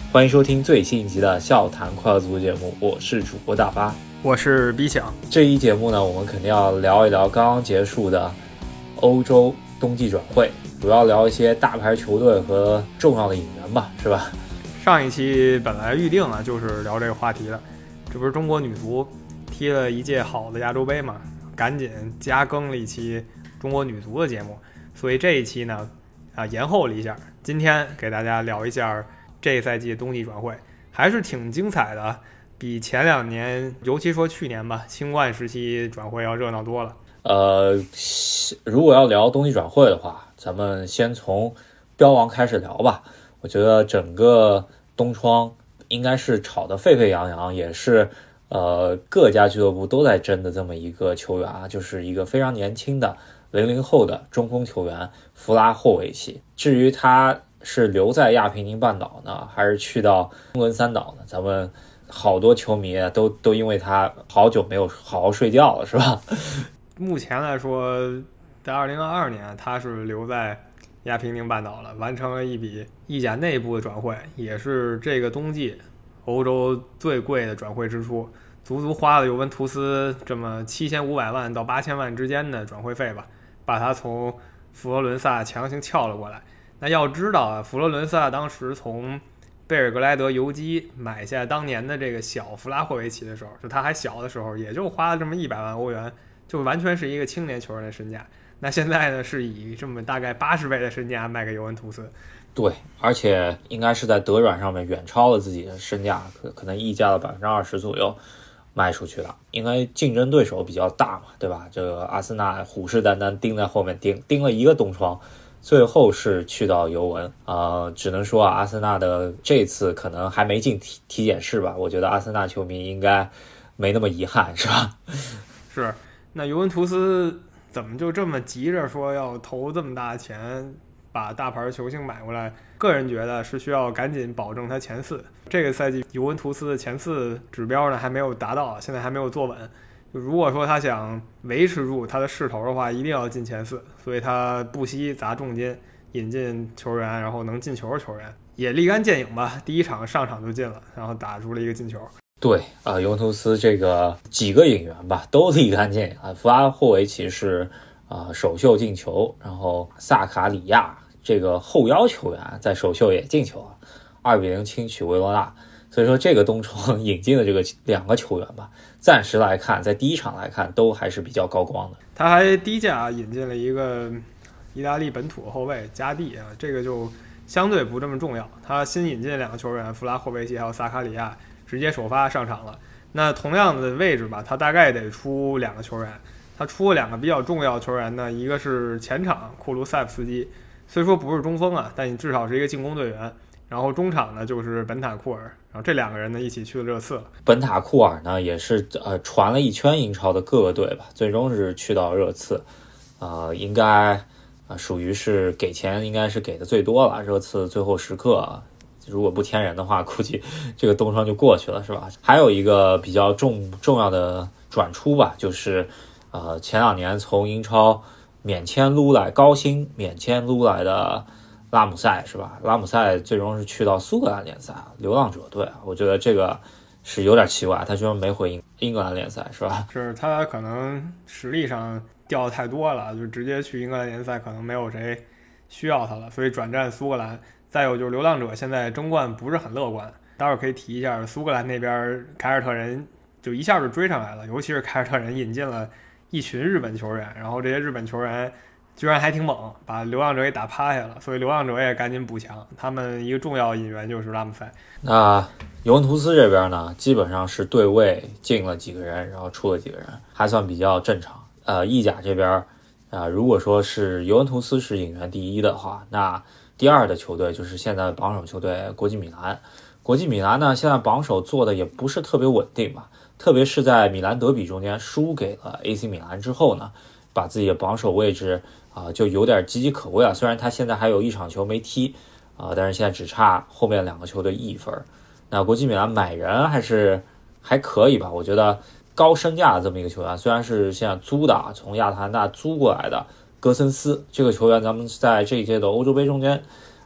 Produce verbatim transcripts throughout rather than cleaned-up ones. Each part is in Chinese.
欢迎收听最新一集的笑谈快乐足球节目，我是主播大巴， 我是 B 强。 这一节目呢，我们肯定要聊一聊刚刚结束的欧洲冬季转会，主要聊一些大牌球队和重要的引援吧，是吧？ 上一期本来预定啊就是聊这个话题的，这不是中国女足踢了一届好的亚洲杯嘛，赶紧加更了一期中国女足的节目，所以这一期呢啊延后了一下，今天给大家聊一下这一赛季的冬季转会，还是挺精彩的，比前两年，尤其说去年吧，新冠时期转会要热闹多了。 呃，如果要聊冬季转会的话，咱们先从标王开始聊吧。我觉得整个冬窗应该是炒得沸沸扬扬，也是呃各家俱乐部都在争的这么一个球员啊，就是一个非常年轻的零零后的中锋球员弗拉霍维奇。至于他是留在亚平宁半岛呢，还是去到英伦三岛呢？咱们好多球迷都都因为他好久没有好好睡觉了，是吧？ 目前来说，在二零二二年，他是留在亚平宁半岛了，完成了一笔意甲内部的转会，也是这个冬季欧洲最贵的转会支出，足足花了尤文图斯这么七千五百万到八千万之间的转会费吧，把他从佛罗伦萨强行撬了过来。那要知道啊，佛罗伦萨当时从贝尔格莱德游击买下当年的这个小弗拉霍维奇的时候，就他还小的时候，也就花了这么一百万欧元，就完全是一个青年球员的身价。那现在呢，是以这么大概八十倍的身价卖给尤文图斯。 对，而且应该是在德转上面远超了自己的身价，可可能溢价了百分之二十左右卖出去了。因为竞争对手比较大嘛，对吧？这个阿森纳虎视眈眈盯在后面盯盯了一个冬窗，最后是去到尤文啊、呃，只能说啊，阿森纳的这次可能还没进体体检室吧？我觉得阿森纳球迷应该没那么遗憾，是吧？ 是，那尤文图斯怎么就这么急着说要投这么大的钱把大牌球星买过来？个人觉得是需要赶紧保证他前四。这个赛季尤文图斯的前四指标呢还没有达到，现在还没有坐稳。就如果说他想维持住他的势头的话，一定要进前四，所以他不惜砸重金引进球员，然后能进球的球员，也立竿见影吧。第一场上场就进了，然后打出了一个进球。 对啊、呃，尤文图斯这个几个引援吧都立竿见影啊。弗拉霍维奇是啊、呃、首秀进球，然后萨卡里亚这个后腰球员在首秀也进球了，二比零轻取维罗纳。所以说这个冬窗引进的这个两个球员吧，暂时来看，在第一场来看都还是比较高光的。 他还低价引进了一个意大利本土后卫加蒂啊，这个就相对不这么重要。他新引进两个球员，弗拉霍维奇还有萨卡里亚，直接首发上场了。那同样的位置吧，他大概得出两个球员。他出了两个比较重要的球员呢，一个是前场库卢塞夫斯基，虽说不是中锋啊，但你至少是一个进攻队员。然后中场呢就是本塔库尔，然后这两个人呢一起去了热刺。 本塔库尔呢也是呃传了一圈英超的各个队吧，最终是去到热刺，呃应该啊、呃、属于是给钱应该是给的最多了。热刺最后时刻如果不添人的话，估计这个冬窗就过去了，是吧？还有一个比较重重要的转出吧，就是呃前两年从英超免签撸来高薪免签撸来的拉姆塞，是吧？拉姆塞最终是去到苏格兰联赛流浪者队，我觉得这个是有点奇怪，他居然没回英英格兰联赛，是吧？ 是他可能实力上掉的太多了，就直接去英格兰联赛可能没有谁需要他了，所以转战苏格兰。再有就是流浪者现在争冠不是很乐观，待会儿可以提一下苏格兰那边凯尔特人就一下就追上来了，尤其是凯尔特人引进了一群日本球员，然后这些日本球员居然还挺猛，把流浪者给打趴下了，所以流浪者也赶紧补强。他们一个重要引援就是拉姆塞。 那尤文图斯这边呢，基本上是对位进了几个人，然后出了几个人，还算比较正常。呃，意甲这边啊、呃，如果说是尤文图斯是引援第一的话，那第二的球队就是现在榜首球队国际米兰。国际米兰呢，现在榜首做的也不是特别稳定吧，特别是在米兰德比中间输给了 A C 米兰之后呢，把自己的榜首位置啊、呃、就有点岌岌可危了。虽然他现在还有一场球没踢啊、呃，但是现在只差后面两个球队一分。那国际米兰买人还是还可以吧，我觉得高身价的这么一个球员，虽然是现在租的啊，从亚特兰大租过来的戈森斯这个球员，咱们在这一届的欧洲杯中间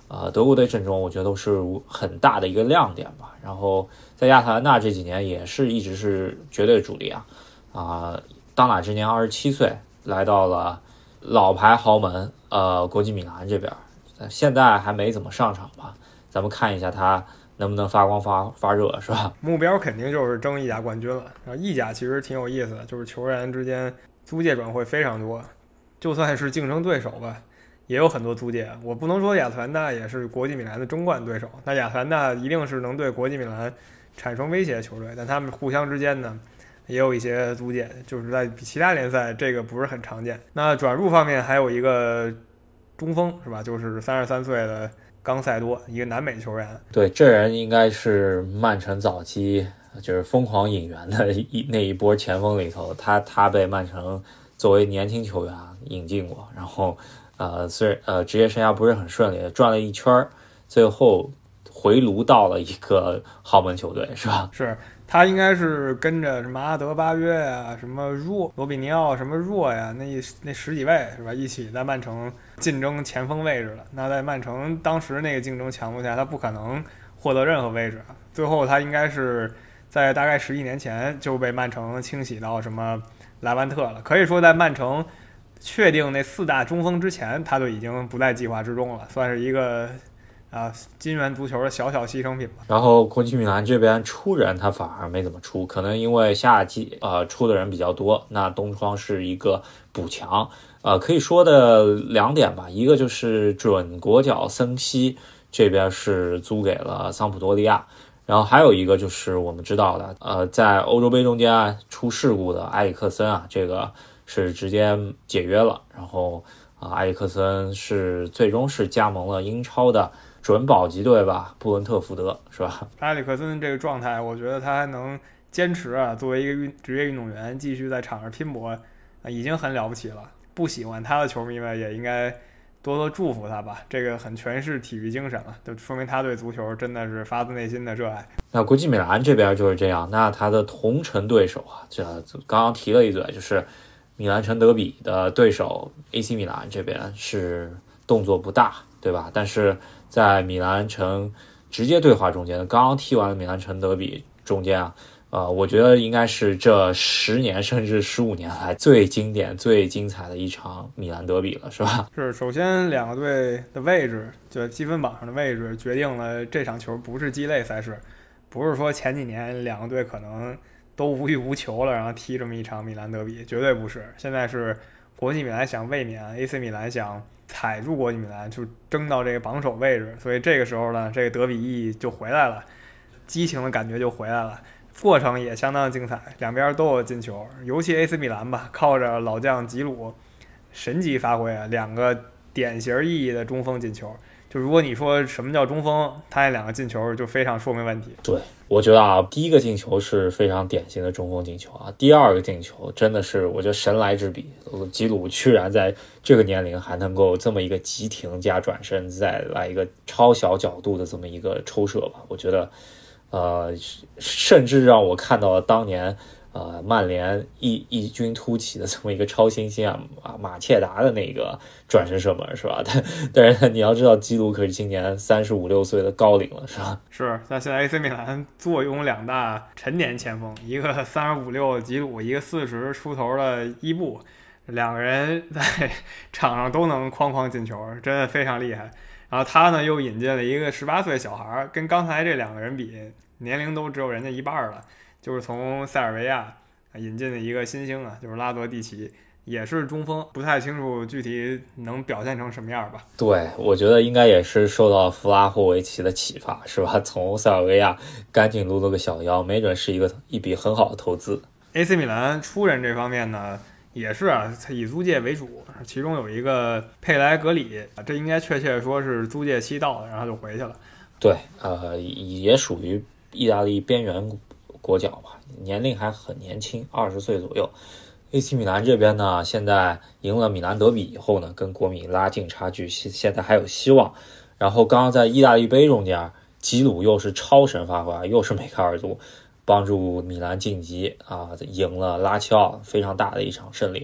呃，德国队阵中，我觉得都是很大的一个亮点吧。然后在亚特兰大这几年也是一直是绝对主力啊，啊、呃，当打之年二十七岁，来到了老牌豪门呃国际米兰这边，现在还没怎么上场吧，咱们看一下他能不能发光发发热，是吧？ 目标肯定就是争意甲冠军了。然后意甲其实挺有意思的，就是球员之间租借转会非常多，就算是竞争对手吧，也有很多租借。我不能说亚特兰大也是国际米兰的争冠对手，那亚特兰大一定是能对国际米兰产生威胁的球队，但他们互相之间呢也有一些租借，就是在其他联赛这个不是很常见。那转入方面还有一个中锋是吧，就是三十三岁的冈塞多，一个南美球员。 对，这人应该是曼城早期就是疯狂引援的一那一波前锋里头，他他被曼城作为年轻球员引进过，然后呃虽呃职业生涯不是很顺利，转了一圈，最后回炉到了一个豪门球队，是吧？ 是。他应该是跟着什么阿德巴约呀、什么若罗比尼奥、什么若呀，那那十几位是吧，一起在曼城竞争前锋位置了。那在曼城当时那个竞争强度下，他不可能获得任何位置。最后他应该是在大概十一年前就被曼城清洗到什么莱万特了。可以说在曼城确定那四大中锋之前，他就已经不在计划之中了，算是一个啊，金元足球的小小牺牲品吧。 然后国际米兰这边出人他反而没怎么出，可能因为夏季呃出的人比较多，那冬窗是一个补强。呃，可以说的两点吧，一个就是准国脚森西这边是租给了桑普多利亚，然后还有一个就是我们知道的，呃，在欧洲杯中间出事故的埃里克森啊，这个是直接解约了，然后啊、呃，埃里克森是最终是加盟了英超的准保级队吧，布伦特福德，是吧？ 埃里克森这个状态，我觉得他还能坚持啊，作为一个运职业运动员继续在场上拼搏，啊，已经很了不起了。不喜欢他的球迷们也应该多多祝福他吧，这个很诠释体育精神了，就说明他对足球真的是发自内心的热爱。 那国际米兰这边就是这样，那他的同城对手啊，这刚刚提了一嘴，就是米兰城德比的对手 A C 米兰这边是动作不大，对吧？但是在米兰城直接对话中间，刚刚踢完了米兰城德比中间啊，呃，我觉得应该是这十年甚至十五年来最经典、最精彩的一场米兰德比了，是吧？ 是，首先两个队的位置，就积分榜上的位置，决定了这场球不是鸡肋赛事，不是说前几年两个队可能都无欲无求了，然后踢这么一场米兰德比，绝对不是。现在是国际米兰想卫冕 ，A C 米兰想踩住国际米兰，就争到这个榜首位置，所以这个时候呢，这个德比意义就回来了，激情的感觉就回来了。过程也相当精彩，两边都有进球，尤其 A C 米兰吧，靠着老将吉鲁神级发挥啊，两个典型意义的中锋进球。就如果你说什么叫中锋，他那两个进球就非常说明问题。 对，我觉得啊，第一个进球是非常典型的中锋进球啊，第二个进球真的是我觉得神来之笔，吉鲁居然在这个年龄还能够这么一个急停加转身，再来一个超小角度的这么一个抽射吧，我觉得。呃，甚至让我看到了当年呃曼联异异军突起的这么一个超新星啊，马切达的那个转身射门，是吧？但但是你要知道，基鲁可是今年三十五六岁的高龄了，是吧？ 是，那现在 A C 米兰坐拥两大陈年前锋，一个三十五六的吉鲁，一个四十出头的伊布，两个人在场上都能哐哐进球，真的非常厉害。然后他呢又引进了一个十八岁小孩，跟刚才这两个人比，年龄都只有人家一半了，就是从塞尔维亚引进的一个新星啊，就是拉泽蒂奇，也是中锋，不太清楚具体能表现成什么样吧。 对，我觉得应该也是受到弗拉霍维奇的启发，是吧？从塞尔维亚赶紧撸了个小腰，没准是一个一笔很好的投资。 A C 米兰出人这方面呢，也是啊，以租借为主，其中有一个佩莱格里，这应该确切说是租借期到了，然后就回去了。 对，呃，也属于意大利边缘国脚吧，年龄还很年轻，二十岁左右。A C 米兰这边呢，现在赢了米兰德比以后呢，跟国米拉近差距，现现在还有希望。然后刚刚在意大利杯中间，吉鲁又是超神发挥，又是梅开二度，帮助米兰晋级啊，赢了拉齐奥，非常大的一场胜利。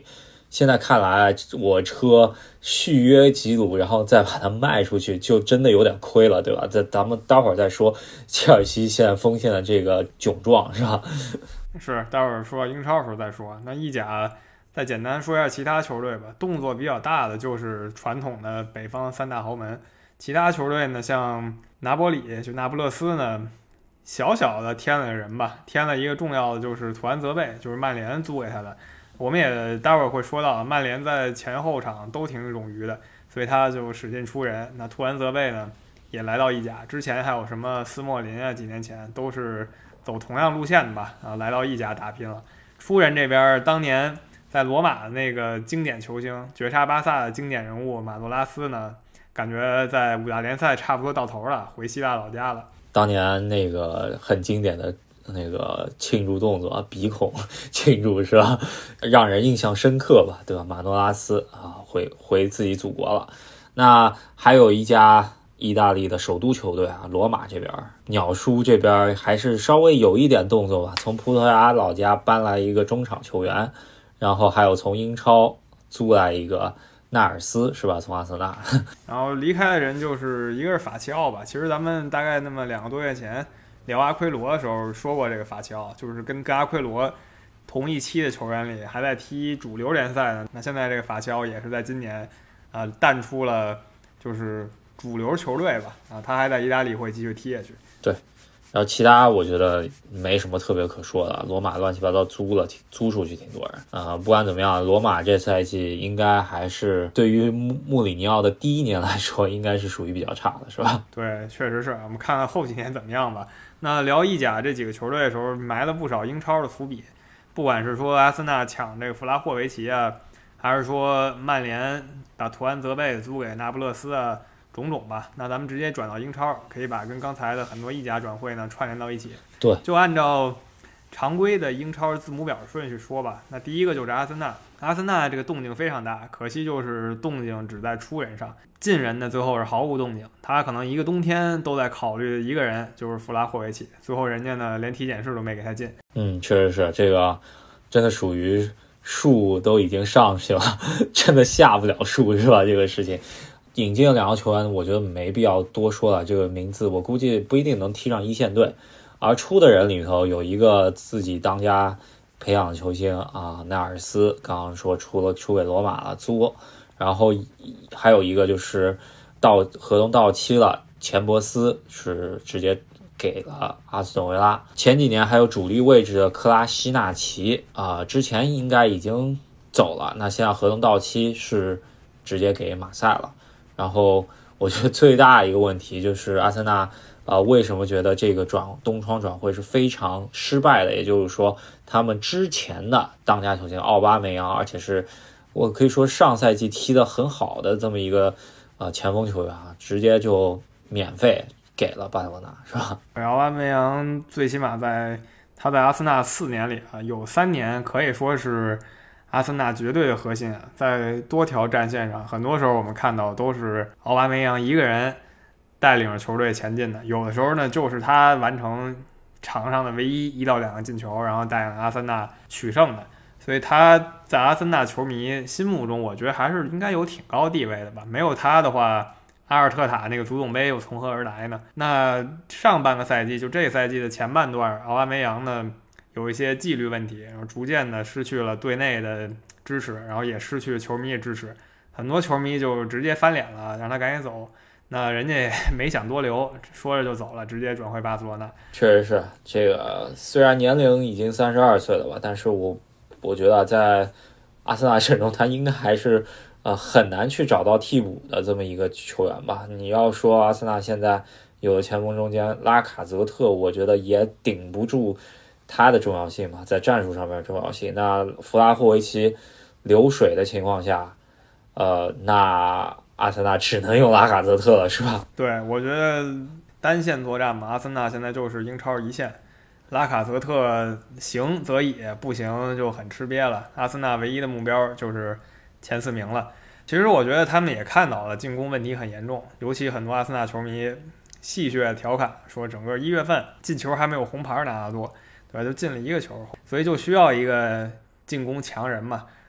现在看来，我车续约吉鲁，然后再把它卖出去，就真的有点亏了，对吧？这咱们待会儿再说切尔西现在锋线的这个窘状，是吧？ 是，待会儿说英超的时候再说。那意甲再简单说一下其他球队吧，动作比较大的就是传统的北方三大豪门，其他球队呢，像拿波里就那不勒斯呢，小小的添了人吧，添了一个重要的就是图安泽贝，就是曼联租给他的。我们也待会儿会说到，曼联在前后场都挺冗余的，所以他就使劲出人。那图安泽贝呢，也来到意甲，之前还有什么斯莫林啊，几年前都是走同样路线的吧，啊，来到意甲打拼了。出人这边当年在罗马的那个经典球星，绝杀巴萨的经典人物马多拉斯呢，感觉在五大联赛差不多到头了，回希腊老家了。 当年那个很经典的那个庆祝动作，鼻孔庆祝是吧？让人印象深刻吧，对吧？马诺拉斯啊，回回自己祖国了。那还有一家意大利的首都球队啊，罗马这边，鸟叔这边还是稍微有一点动作吧，从葡萄牙老家搬来一个中场球员，然后还有从英超租来一个纳尔斯是吧？从阿森纳， 然后离开的人就是一个是法齐奥吧。其实咱们大概那么两个多月前聊阿奎罗的时候说过，这个法齐奥就是跟跟阿奎罗同一期的球员里还在踢主流联赛呢。那现在这个法齐奥也是在今年啊、呃、淡出了就是主流球队吧，啊他还在意大利会继续踢下去。 对。然后其他我觉得没什么特别可说的，罗马乱七八糟租了租出去挺多人啊、呃。不管怎么样，罗马这赛季应该还是对于穆穆里尼奥的第一年来说，应该是属于比较差的，是吧？ 对，确实是。我们看看后几年怎么样吧。那聊意甲这几个球队的时候，埋了不少英超的伏笔，不管是说阿森纳抢这个弗拉霍维奇啊，还是说曼联把图安泽贝租给那不勒斯啊。种种吧，那咱们直接转到英超，可以把跟刚才的很多意甲转会呢串联到一起。 对， 就按照常规的英超字母表顺序说吧。那第一个就是阿森纳，阿森纳这个动静非常大，可惜就是动静只在出人上，进人呢最后是毫无动静。他可能一个冬天都在考虑一个人，就是弗拉霍维奇，最后人家呢连体检室都没给他进。 嗯，确实是这个，真的属于树都已经上去了，真的下不了树是吧？这个事情。引进了两个球员，我觉得没必要多说了。这个名字我估计不一定能踢上一线队，而出的人里头有一个自己当家培养的球星啊，奈尔斯，刚刚说出了出给罗马了租，然后还有一个就是到合同到期了，钱伯斯是直接给了阿斯顿维拉。前几年还有主力位置的克拉西纳奇啊，之前应该已经走了，那现在合同到期是直接给马赛了。然后我觉得最大一个问题就是阿森纳啊、呃，为什么觉得这个转冬窗转会是非常失败的？也就是说，他们之前的当家球星奥巴梅扬，而且是我可以说上赛季踢得很好的这么一个呃前锋球员啊，直接就免费给了巴塞罗那，是吧？ 奥巴梅扬最起码在他在阿森纳四年里啊，有三年可以说是阿森纳绝对的核心啊，在多条战线上，很多时候我们看到都是奥巴梅扬一个人带领着球队前进的，有的时候呢就是他完成场上的唯一一到两个进球，然后带领阿森纳取胜的，所以他在阿森纳球迷心目中，我觉得还是应该有挺高地位的吧。没有他的话，阿尔特塔那个足总杯又从何而来呢？那上半个赛季，就这个赛季的前半段，奥巴梅扬呢有一些纪律问题，然后逐渐的失去了队内的支持，然后也失去了球迷的支持，很多球迷就直接翻脸了，让他赶紧走。那人家也没想多留，说着就走了，直接转回巴塞罗那。 确实是这个，虽然年龄已经三十二岁了吧，但是我我觉得在阿森纳阵中，他应该还是呃很难去找到替补的这么一个球员吧。你要说阿森纳现在有的前锋中间拉卡泽特，我觉得也顶不住他的重要性嘛，在战术上面的重要性。那弗拉霍维奇流水的情况下，呃，那阿森纳只能用拉卡泽特了，是吧？ 对，我觉得单线作战嘛，阿森纳现在就是英超一线，拉卡泽特行则已，不行就很吃瘪了。阿森纳唯一的目标就是前四名了。其实我觉得他们也看到了进攻问题很严重，尤其很多阿森纳球迷戏谑调侃说，整个一月份进球还没有红牌拿得多，对吧？就进了一个球，所以就需要一个进攻强人嘛。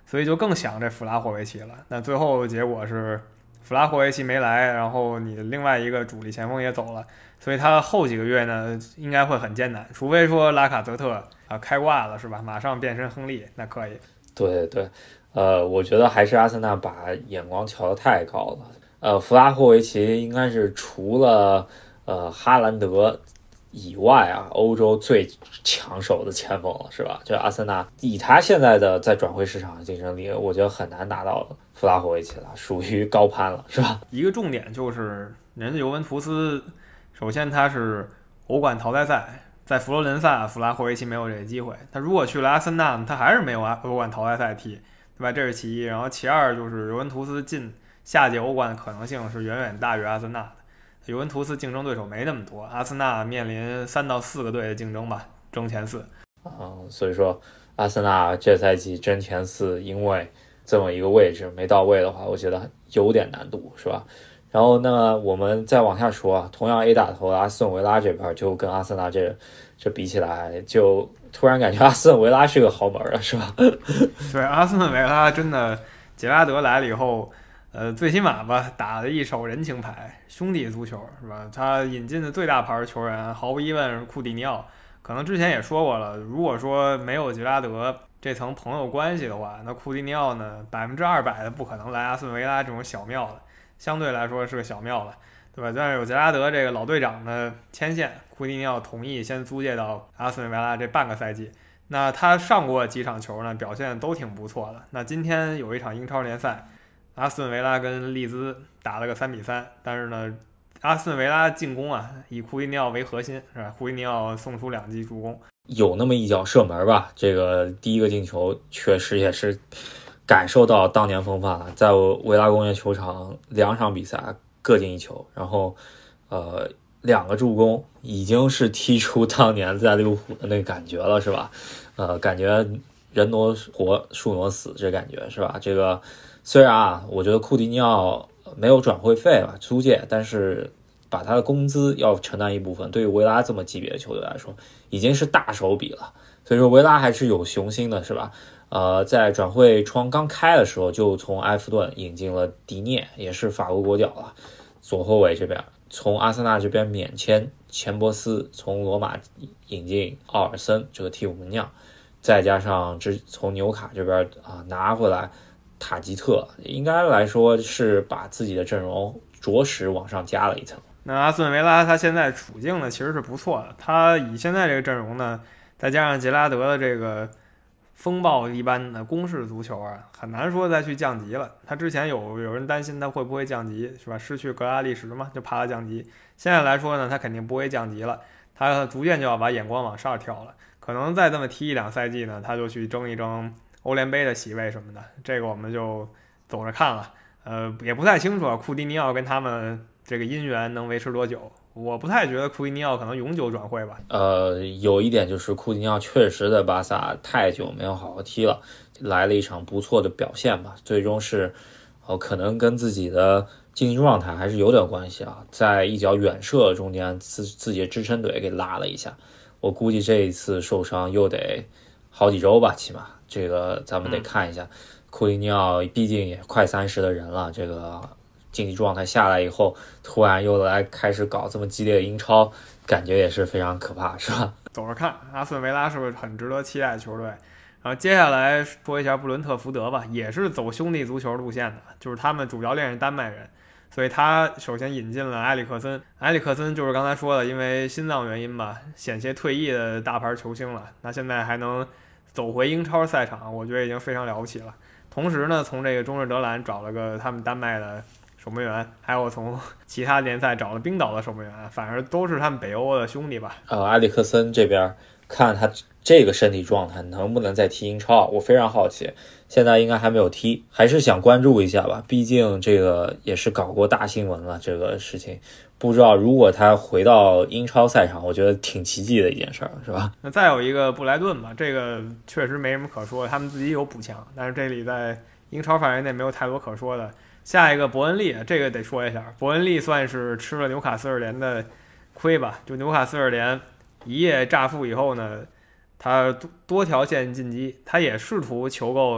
所以就更想这弗拉霍维奇了。那最后结果是弗拉霍维奇没来，然后你的另外一个主力前锋也走了，所以他后几个月呢应该会很艰难，除非说拉卡泽特啊开挂了是吧，马上变身亨利，那可以。 对对，呃，我觉得还是阿森纳把眼光调得太高了。呃，弗拉霍维奇应该是除了呃哈兰德以外啊，欧洲最抢手的前锋了，是吧？这阿森纳以他现在的在转会市场的竞争力，我觉得很难拿到弗拉霍维奇了，属于高攀了，是吧？ 一个重点就是人家尤文图斯，首先他是欧冠淘汰赛，在佛罗伦萨，弗拉霍维奇没有这个机会。他如果去了阿森纳，他还是没有欧冠淘汰赛踢，对吧？这是其一。然后其二就是尤文图斯进下届欧冠的可能性是远远大于阿森纳的。尤文图斯竞争对手没那么多，阿森纳面临三到四个队的竞争吧，争前四。 嗯，所以说阿森纳这赛季争前四，因为这么一个位置没到位的话，我觉得有点难度，是吧？然后呢，我们再往下说啊，同样 A 打头的阿斯顿维拉这边就跟阿森纳这这比起来，就突然感觉阿斯顿维拉是个豪门了，是吧？ 对，阿斯顿维拉真的，杰拉德来了以后，呃，最起码吧，打了一手人情牌，兄弟足球是吧？他引进的最大牌球员，毫无疑问是库蒂尼奥。可能之前也说过了，如果说没有杰拉德这层朋友关系的话，那库蒂尼奥呢，百分之二百的不可能来阿斯顿维拉这种小庙的。相对来说是个小庙了，对吧？但是有杰拉德这个老队长的牵线，库蒂尼奥同意先租借到阿斯顿维拉这半个赛季。那他上过几场球呢，表现都挺不错的。那今天有一场英超联赛，阿斯顿维拉跟利兹打了个三比三，但是呢，阿斯顿维拉进攻啊，以库蒂尼奥为核心，是吧？库蒂尼奥送出两记助攻， 有那么一脚射门吧。这个第一个进球确实也是感受到当年风范了，在维拉公园球场两场比赛各进一球，然后呃两个助攻，已经是踢出当年在利物浦的那个感觉了，是吧？呃，感觉人挪活，树挪死，这感觉是吧？这个虽然啊，我觉得库蒂尼奥没有转会费吧，租借，但是把他的工资要承担一部分，对于维拉这么级别的球队来说，已经是大手笔了。所以说维拉还是有雄心的，是吧？呃，在转会窗刚开的时候，就从埃弗顿引进了迪涅，也是法国国脚了，左后卫这边。从阿森纳这边免签钱伯斯，从罗马引进奥尔森这个替补门将，再加上之从纽卡这边啊拿回来塔吉特，应该来说是把自己的阵容着实往上加了一层。 那阿斯顿维拉他现在处境呢其实是不错的，他以现在这个阵容呢，再加上杰拉德的这个风暴一般的攻势足球啊，很难说再去降级了。他之前有有人担心他会不会降级，是吧？失去格拉利什嘛，就怕他降级。现在来说呢，他肯定不会降级了，他逐渐就要把眼光往上挑了。可能再这么踢一两赛季呢，他就去争一争欧联杯的席位什么的，这个我们就走着看了。呃，也不太清楚库蒂尼奥跟他们这个姻缘能维持多久。我不太觉得库蒂尼奥可能永久转会吧。 呃，有一点就是库蒂尼奥确实在巴萨太久没有好好踢了，来了一场不错的表现吧，最终是，呃，可能跟自己的竞技状态还是有点关系啊，在一脚远射中间自自己的支撑队给拉了一下，我估计这一次受伤又得好几周吧，起码这个咱们得看一下。嗯、库蒂尼奥毕竟也快三十的人了，这个竞技状态下来以后，突然又来开始搞这么激烈的英超，感觉也是非常可怕，是吧？ 走着看，阿斯顿维拉是不是很值得期待的球队？然后接下来说一下布伦特福德吧，也是走兄弟足球路线的，就是他们主教练是丹麦人，所以他首先引进了埃里克森。埃里克森就是刚才说的，因为心脏原因吧，险些退役的大牌球星了，那现在还能走回英超赛场，我觉得已经非常了不起了。同时呢，从这个中日德兰找了个他们丹麦的守门员，还有从其他联赛找了冰岛的守门员，反正都是他们北欧的兄弟吧。 呃，埃里克森这边看他这个身体状态能不能再踢英超，我非常好奇。现在应该还没有踢，还是想关注一下吧。毕竟这个也是搞过大新闻了，这个事情不知道如果他回到英超赛场，我觉得挺奇迹的一件事儿，是吧？ 那再有一个布莱顿吧，这个确实没什么可说，他们自己有补强，但是这里在英超范围内没有太多可说的。下一个伯恩利，这个得说一下，伯恩利算是吃了纽卡斯尔联的亏吧。就纽卡斯尔联一夜乍富以后呢，他多条线进击，他也试图求购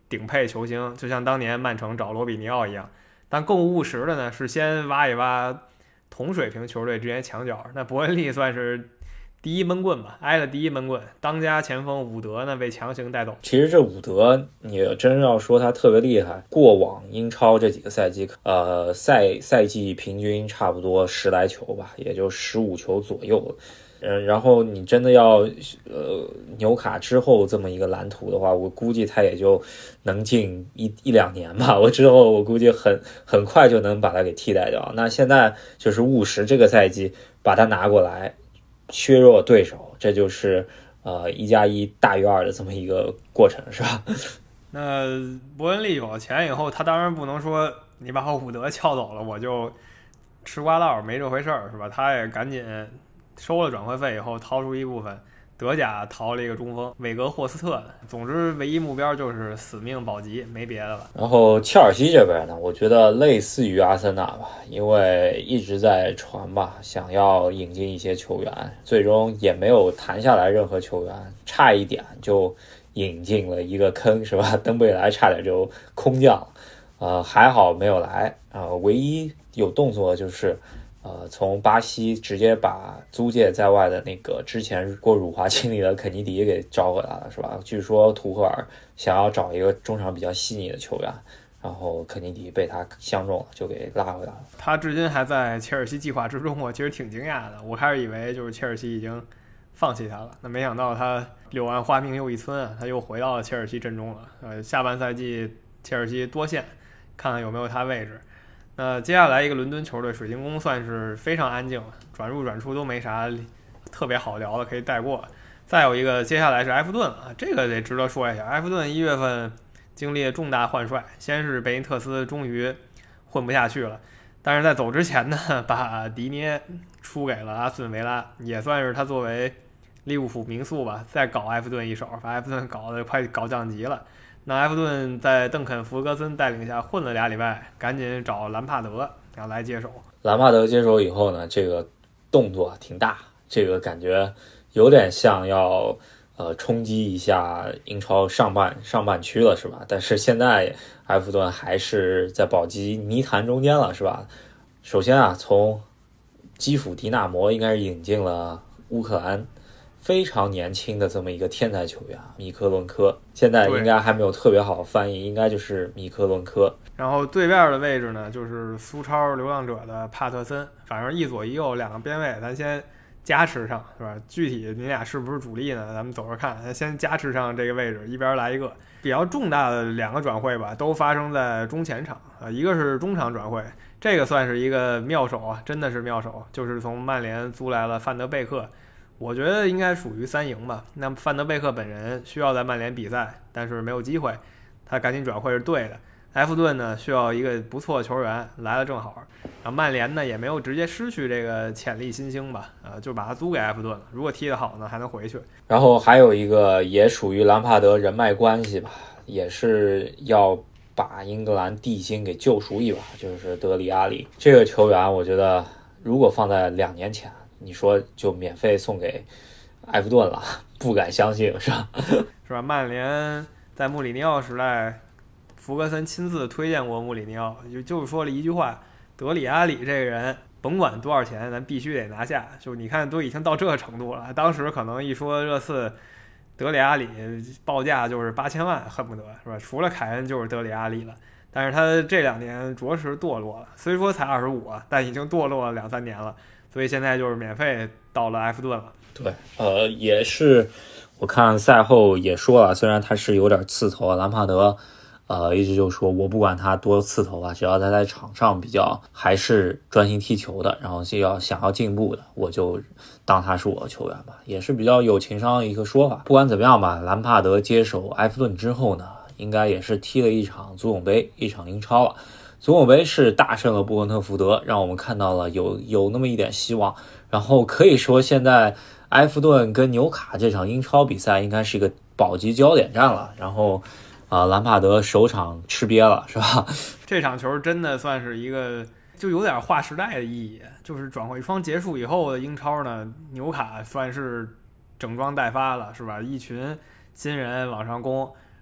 顶配球星，就像当年曼城找罗比尼奥一样。但更务实的呢，是先挖一挖同水平球队之间墙角。那伯恩利算是第一闷棍吧，挨了第一闷棍。当家前锋伍德呢被强行带走。 其实这伍德，你真要说他特别厉害，过往英超这几个赛季，呃，赛赛季平均差不多十来球吧，也就十五球左右。嗯，然后你真的要呃纽卡之后这么一个蓝图的话，我估计他也就能进一一两年吧。我之后我估计很很快就能把他给替代掉。那现在就是务实，这个赛季把他拿过来，削弱对手，这就是呃一加一大于二的这么一个过程，是吧？ 那伯恩利有了钱以后，他当然不能说你把伍德撬走了，我就吃瓜道，没这回事儿，是吧？他也赶紧收了转会费以后，掏出一部分，德甲淘了一个中锋韦格霍斯特。总之，唯一目标就是死命保级，没别的了。 然后切尔西这边呢，我觉得类似于阿森纳吧，因为一直在传吧，想要引进一些球员，最终也没有谈下来任何球员，差一点就引进了一个坑，是吧？登贝莱差点就空降，呃，还好没有来啊、呃。唯一有动作就是。呃，从巴西直接把租借在外的那个之前过辱华清理的肯尼迪给招回来了，是吧？据说图赫尔想要找一个中场比较细腻的球员，然后肯尼迪被他相中了，就给拉回来了。 他至今还在切尔西计划之中，我其实挺惊讶的。我开始以为就是切尔西已经放弃他了，那没想到他柳暗花明又一村啊，他又回到了切尔西阵中了。呃，下半赛季切尔西多线，看看有没有他位置。那接下来一个伦敦球队水晶宫算是非常安静了，转入转出都没啥特别好聊的可以带过。再有一个接下来是埃弗顿了，这个得值得说一下。埃弗顿一月份经历了重大换帅，先是贝尼特斯终于混不下去了，但是在走之前呢，把迪涅出给了阿斯顿维拉，也算是他作为利物浦名宿吧，再搞埃弗顿一手，把埃弗顿搞得快搞降级了。那埃弗顿在邓肯·弗格森带领下混了俩礼拜，赶紧找兰帕德然后来接手。 兰帕德接手以后呢，这个动作挺大，这个感觉有点像要呃冲击一下英超上半上半区了，是吧？但是现在埃弗顿还是在保级泥潭中间了，是吧？首先啊，从基辅迪纳摩应该是引进了乌克兰非常年轻的这么一个天才球员米克伦科，现在应该还没有特别好的翻译，应该就是米克伦科。 然后对面的位置呢，就是苏超流浪者的帕特森，反正一左一右两个边位，咱先加持上，是吧？具体你俩是不是主力呢？咱们走着看。咱先加持上这个位置，一边来一个。比较重大的两个转会吧，都发生在中前场啊，一个是中场转会，这个算是一个妙手啊，真的是妙手，就是从曼联租来了范德贝克。我觉得应该属于三赢吧。那范德贝克本人需要在曼联比赛，但是没有机会，他赶紧转会是对的。埃弗顿呢需要一个不错的球员，来了正好。然后曼联呢也没有直接失去这个潜力新星吧，呃，就把他租给埃弗顿了。如果踢得好呢，还能回去。 然后还有一个也属于兰帕德人脉关系吧，也是要把英格兰地星给救赎一把，就是德里阿里这个球员，我觉得如果放在两年前。你说就免费送给埃弗顿了，不敢相信，是吧？ 是吧？曼联在穆里尼奥时代，福格森亲自推荐过穆里尼奥，就就是说了一句话：德里阿里这个人，甭管多少钱，咱必须得拿下。就你看，都已经到这个程度了。当时可能一说热刺，德里阿里报价就是八千万，恨不得是吧？除了凯恩就是德里阿里了。但是他这两年着实堕落了，虽说才二十五啊，但已经堕落了两三年了。所以现在就是免费到了埃弗顿了。 对，呃，也是，我看赛后也说了，虽然他是有点刺头，兰帕德，呃，一直就说我不管他多刺头啊，只要他在场上比较还是专心踢球的，然后就要想要进步的，我就当他是我的球员吧，也是比较有情商的一个说法。不管怎么样吧，兰帕德接手埃弗顿之后呢，应该也是踢了一场足总杯，一场英超了。足总杯是大胜了布伦特福德，让我们看到了有有那么一点希望。然后可以说现在埃弗顿跟纽卡这场英超比赛应该是一个保级焦点战了。然后啊、呃，兰帕德首场吃瘪了，是吧？ 这场球真的算是一个就有点划时代的意义，就是转会窗结束以后的英超呢，纽卡算是整装待发了，是吧？一群新人往上攻。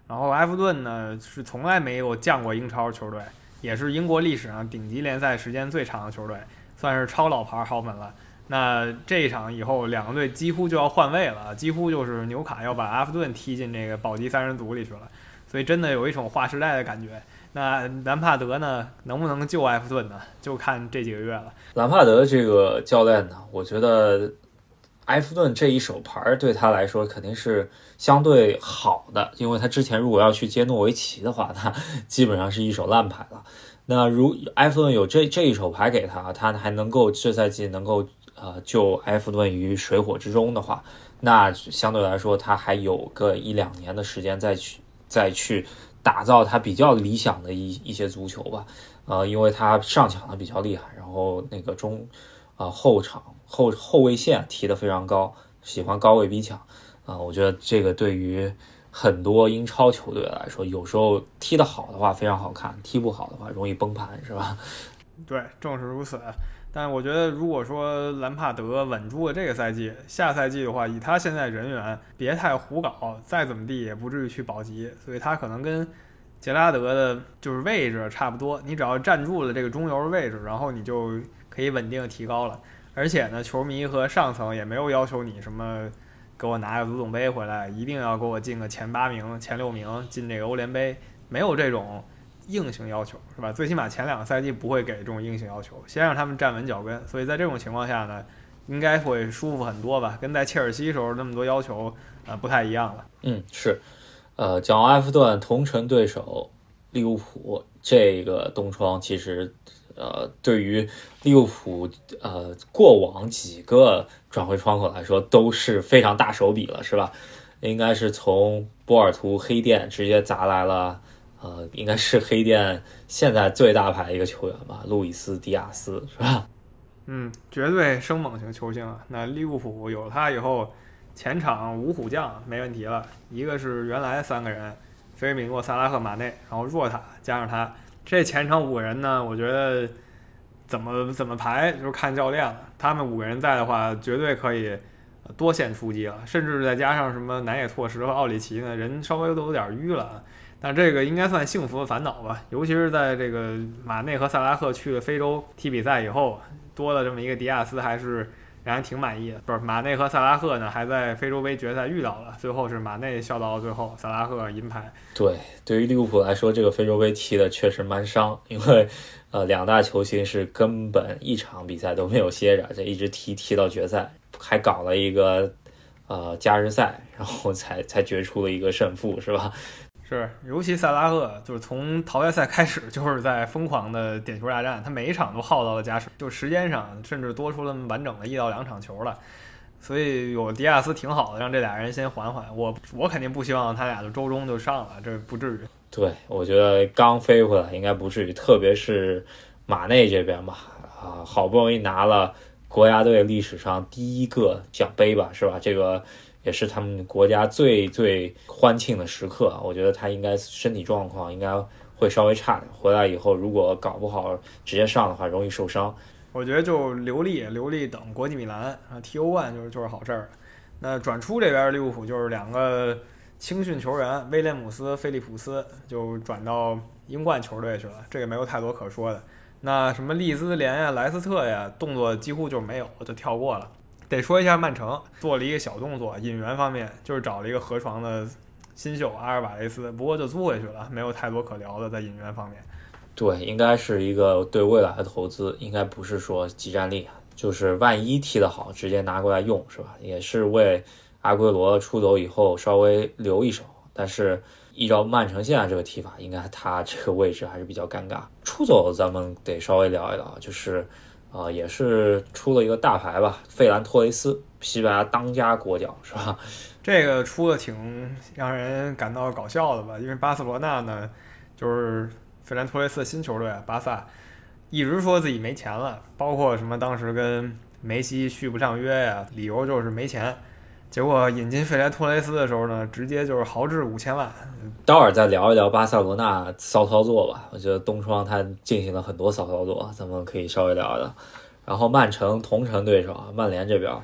然后埃弗顿呢是从来没有降过英超球队，也是英国历史上顶级联赛时间最长的球队，算是超老牌豪门了。那这一场以后，两个队几乎就要换位了，几乎就是纽卡要把阿弗顿踢进这个保级三人组里去了，所以真的有一种划时代的感觉。那兰帕德呢，能不能救埃弗顿呢？就看这几个月了。 兰帕德这个教练呢，我觉得埃弗顿这一手牌对他来说肯定是相对好的，因为他之前如果要去接诺维奇的话，那基本上是一手烂牌了。那如埃弗顿有这这一手牌给他，他还能够这赛季能够呃救埃弗顿于水火之中的话，那相对来说他还有个一两年的时间再去再去打造他比较理想的一一些足球吧。呃，因为他上抢的比较厉害，然后那个中呃后场后后卫线踢得非常高，喜欢高位逼抢啊、呃，我觉得这个对于很多英超球队来说，有时候踢得好的话非常好看，踢不好的话容易崩盘，是吧？ 对，正是如此。但我觉得，如果说兰帕德稳住了这个赛季，下赛季的话，以他现在人员，别太胡搞，再怎么地也不至于去保级，所以他可能跟杰拉德的就是位置差不多，你只要站住了这个中游的位置，然后你就可以稳定提高了。而且呢，球迷和上层也没有要求你什么给我拿个足总杯回来，一定要给我进个前八名、前六名，进这个欧联杯，没有这种硬性要求，是吧？最起码前两个赛季不会给这种硬性要求，先让他们站稳脚跟。所以在这种情况下呢，应该会舒服很多吧，跟在切尔西时候那么多要求，呃，不太一样了。 嗯，是。呃，讲埃弗顿同城对手利物浦这个冬窗，其实呃，对于利物浦呃过往几个转会窗口来说都是非常大手笔了，是吧？应该是从波尔图黑店直接砸来了，呃，应该是黑店现在最大牌的一个球员吧，路易斯·迪亚斯，是吧？ 嗯，绝对生猛型球星啊！那利物浦有他以后，前场五虎将没问题了，一个是原来三个人，菲尔米诺、萨拉赫、马内，然后若塔加上他，这前场五个人呢，我觉得怎么怎么排就是看教练了。他们五个人在的话，绝对可以多线出击了，甚至再加上什么南野拓实和奥里奇呢，人稍微都有点淤了。但这个应该算幸福的烦恼吧，尤其是在这个马内和萨拉赫去了非洲踢比赛以后，多了这么一个迪亚斯，还是让人挺满意的。不是马内和萨拉赫呢，还在非洲杯决赛遇到了，最后是马内笑到了最后，萨拉赫银牌。 对，对于利物浦来说，这个非洲杯踢的确实蛮伤，因为呃两大球星是根本一场比赛都没有歇着，这一直踢踢到决赛，还搞了一个呃加时赛，然后才才决出了一个胜负，是吧？ 是，尤其萨拉赫，就是从淘汰赛开始就是在疯狂的点球大战，他每一场都耗到了加时，就时间上甚至多出了完整的一到两场球了。所以有迪亚斯挺好的，让这俩人先缓缓。我我肯定不希望他俩就周中就上了，这不至于。 对，我觉得刚飞回来应该不至于，特别是马内这边吧，啊，好不容易拿了国家队历史上第一个奖杯吧，是吧？这个也是他们国家最最欢庆的时刻，我觉得他应该身体状况应该会稍微差点，回来以后如果搞不好直接上的话容易受伤。 我觉得就留力留力等国际米兰啊，踢欧冠就是就是好事儿。那转出这边利物浦就是两个青训球员威廉姆斯、菲利普斯就转到英冠球队去了，这个没有太多可说的。那什么利兹联呀、莱斯特呀，动作几乎就没有，我就跳过了。得说一下曼城做了一个小动作，引援方面就是找了一个河床的新秀阿尔瓦雷斯，不过就租回去了，没有太多可聊的在引援方面。 对，应该是一个对未来的投资，应该不是说集战力，就是万一踢得好直接拿过来用，是吧？也是为阿圭罗出走以后稍微留一手，但是依照曼城现在这个踢法，应该他这个位置还是比较尴尬。出走咱们得稍微聊一聊，就是呃，也是出了一个大牌吧，费兰托雷斯，西班牙当家国脚，是吧？ 这个出的挺让人感到搞笑的吧，因为巴塞罗那呢，就是费兰托雷斯的新球队巴萨，一直说自己没钱了，包括什么当时跟梅西续不上约呀，理由就是没钱。结果引进费兰托雷斯的时候呢，直接就是豪掷五千万。 待会儿再聊一聊巴塞罗那骚操作吧，我觉得东窗他进行了很多骚操作，咱们可以稍微聊一聊。然后曼城同城对手啊，曼联这边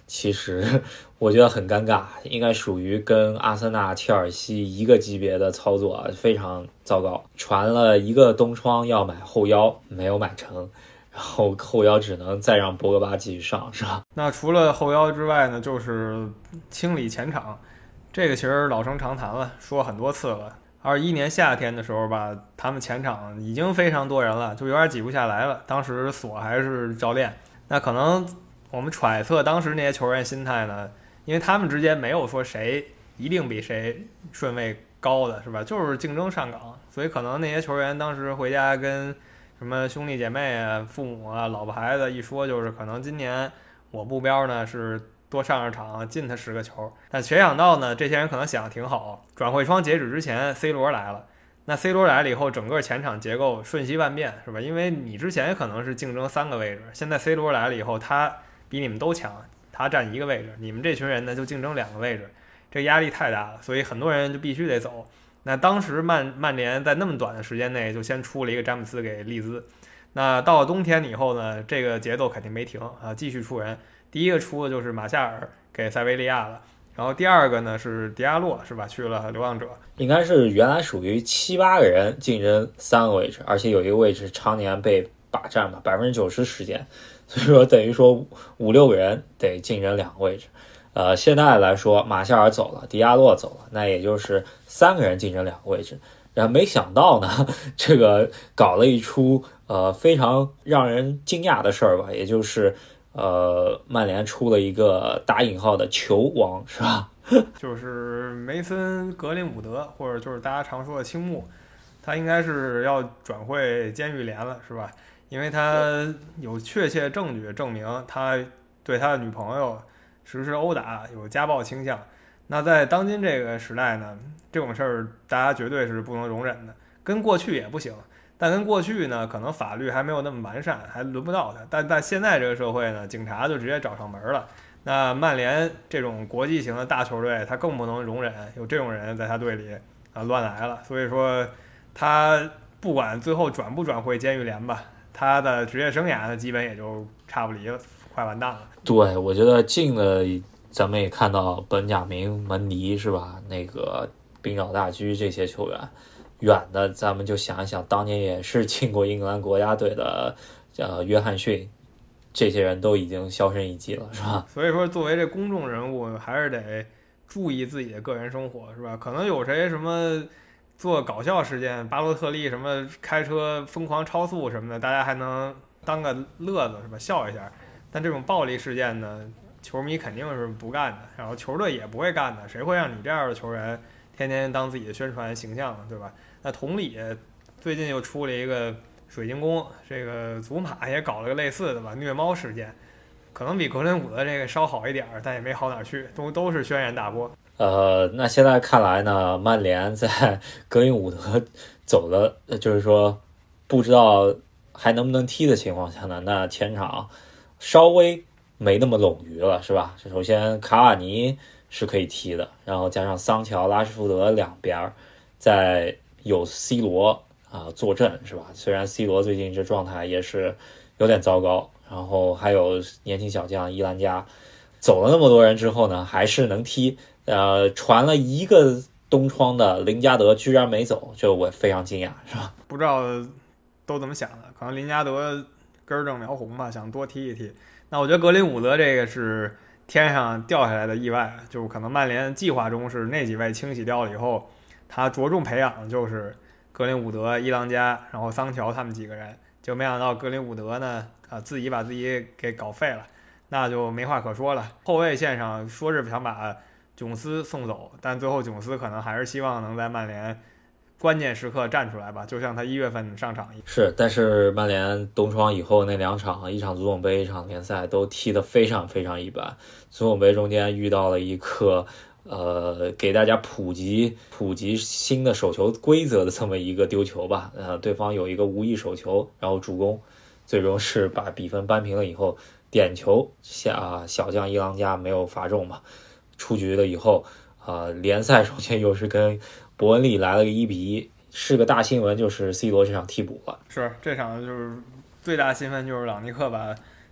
其实我觉得很尴尬，应该属于跟阿森纳、切尔西一个级别的操作，非常糟糕。传了一个东窗要买后腰，没有买成，然后后腰只能再让博格巴继续上，是吧？ 那除了后腰之外呢，就是清理前场，这个其实老生常谈了，说很多次了。二一年夏天的时候吧，他们前场已经非常多人了，就有点挤不下来了。当时索还是教练，那可能我们揣测当时那些球员心态呢，因为他们之间没有说谁一定比谁顺位高的，是吧？就是竞争上岗，所以可能那些球员当时回家跟什么兄弟姐妹啊、父母啊、老婆孩子一说，就是可能今年我目标呢是多上上场，进他十个球。但谁想到呢？这些人可能想的挺好，转会窗截止之前 ，C 罗来了。那 C 罗来了以后，整个前场结构瞬息万变，是吧？因为你之前可能是竞争三个位置，现在 C 罗来了以后，他比你们都强，他占一个位置，你们这群人呢就竞争两个位置，这压力太大了，所以很多人就必须得走。那当时曼曼联在那么短的时间内就先出了一个詹姆斯给利兹，那到了冬天以后呢，这个节奏肯定没停啊，继续出人。第一个出的就是马夏尔给塞维利亚了，然后第二个呢是迪亚洛，是吧？去了流浪者， 应该是原来属于七八个人竞争三个位置，而且有一个位置常年被霸占嘛，百分之九十时间，所以说等于说五六个人得竞争两个位置。呃，现在来说，马夏尔走了，迪亚洛走了，那也就是三个人竞争两个位置。然后没想到呢，这个搞了一出呃非常让人惊讶的事儿吧，也就是呃曼联出了一个打引号的球王，是吧？ 就是梅森格林伍德，或者就是大家常说的青木，他应该是要转会监狱联了，是吧？因为他有确切证据证明他对他的女朋友实施殴打，有家暴倾向。那在当今这个时代呢，这种事儿大家绝对是不能容忍的，跟过去也不行。但跟过去呢，可能法律还没有那么完善，还轮不到他。但但现在这个社会呢，警察就直接找上门了。那曼联这种国际型的大球队，他更不能容忍有这种人在他队里啊乱来了。所以说，他不管最后转不转会监狱联吧，他的职业生涯呢，基本也就差不离了，快完蛋了。 对，我觉得进了，咱们也看到本贾明、门迪是吧？那个冰岛大驹这些球员，远的咱们就想一想，当年也是进过英格兰国家队的，呃，约翰逊。这些人都已经销声匿迹了，是吧？ 所以说，作为这公众人物，还是得注意自己的个人生活，是吧？可能有谁什么做搞笑事件，巴洛特利什么开车疯狂超速什么的，大家还能当个乐子，是吧？笑一下。但这种暴力事件呢，球迷肯定是不干的，然后球队也不会干的，谁会让你这样的球员天天当自己的宣传形象呢，对吧？那同理，最近又出了一个。水晶宫这个祖马也搞了个类似的吧，虐猫事件，可能比格林伍德这个稍好一点，但也没好哪去，都都是轩然大波。 呃，那现在看来呢，曼联在格林伍德走了，就是说不知道还能不能踢的情况下呢，那前场稍微没那么冗余了，是吧？首先卡瓦尼是可以踢的，然后加上桑乔、拉什福德两边，再有 C 罗。啊，坐镇是吧？虽然 C 罗最近这状态也是有点糟糕，然后还有年轻小将伊兰加，走了那么多人之后呢，还是能踢。呃，传了一个东窗的林加德居然没走，这我非常惊讶，是吧？ 不知道都怎么想的，可能林加德根正苗红吧，想多踢一踢。那我觉得格林伍德这个是天上掉下来的意外，就可能曼联计划中是那几位清洗掉了以后，他着重培养的就是。格林伍德、伊朗加，然后桑乔他们几个人，就没想到格林伍德呢，啊，自己把自己给搞废了，那就没话可说了。后卫线上说是想把囧斯送走，但最后囧斯可能还是希望能在曼联关键时刻站出来吧，就像他一月份上场一样。 是，但是曼联东窗以后那两场，一场足总杯，一场联赛都踢得非常非常一般。足总杯中间遇到了一个。呃，给大家普及普及新的手球规则的这么一个丢球吧，呃，对方有一个无意手球，然后助攻，最终是把比分扳平了以后，点球下小将伊朗加没有罚中嘛，出局了以后，呃，联赛首先又是跟伯恩利来了个一比一，是个大新闻，就是 C 罗这场替补了。 是这场就是最大新闻就是朗尼克把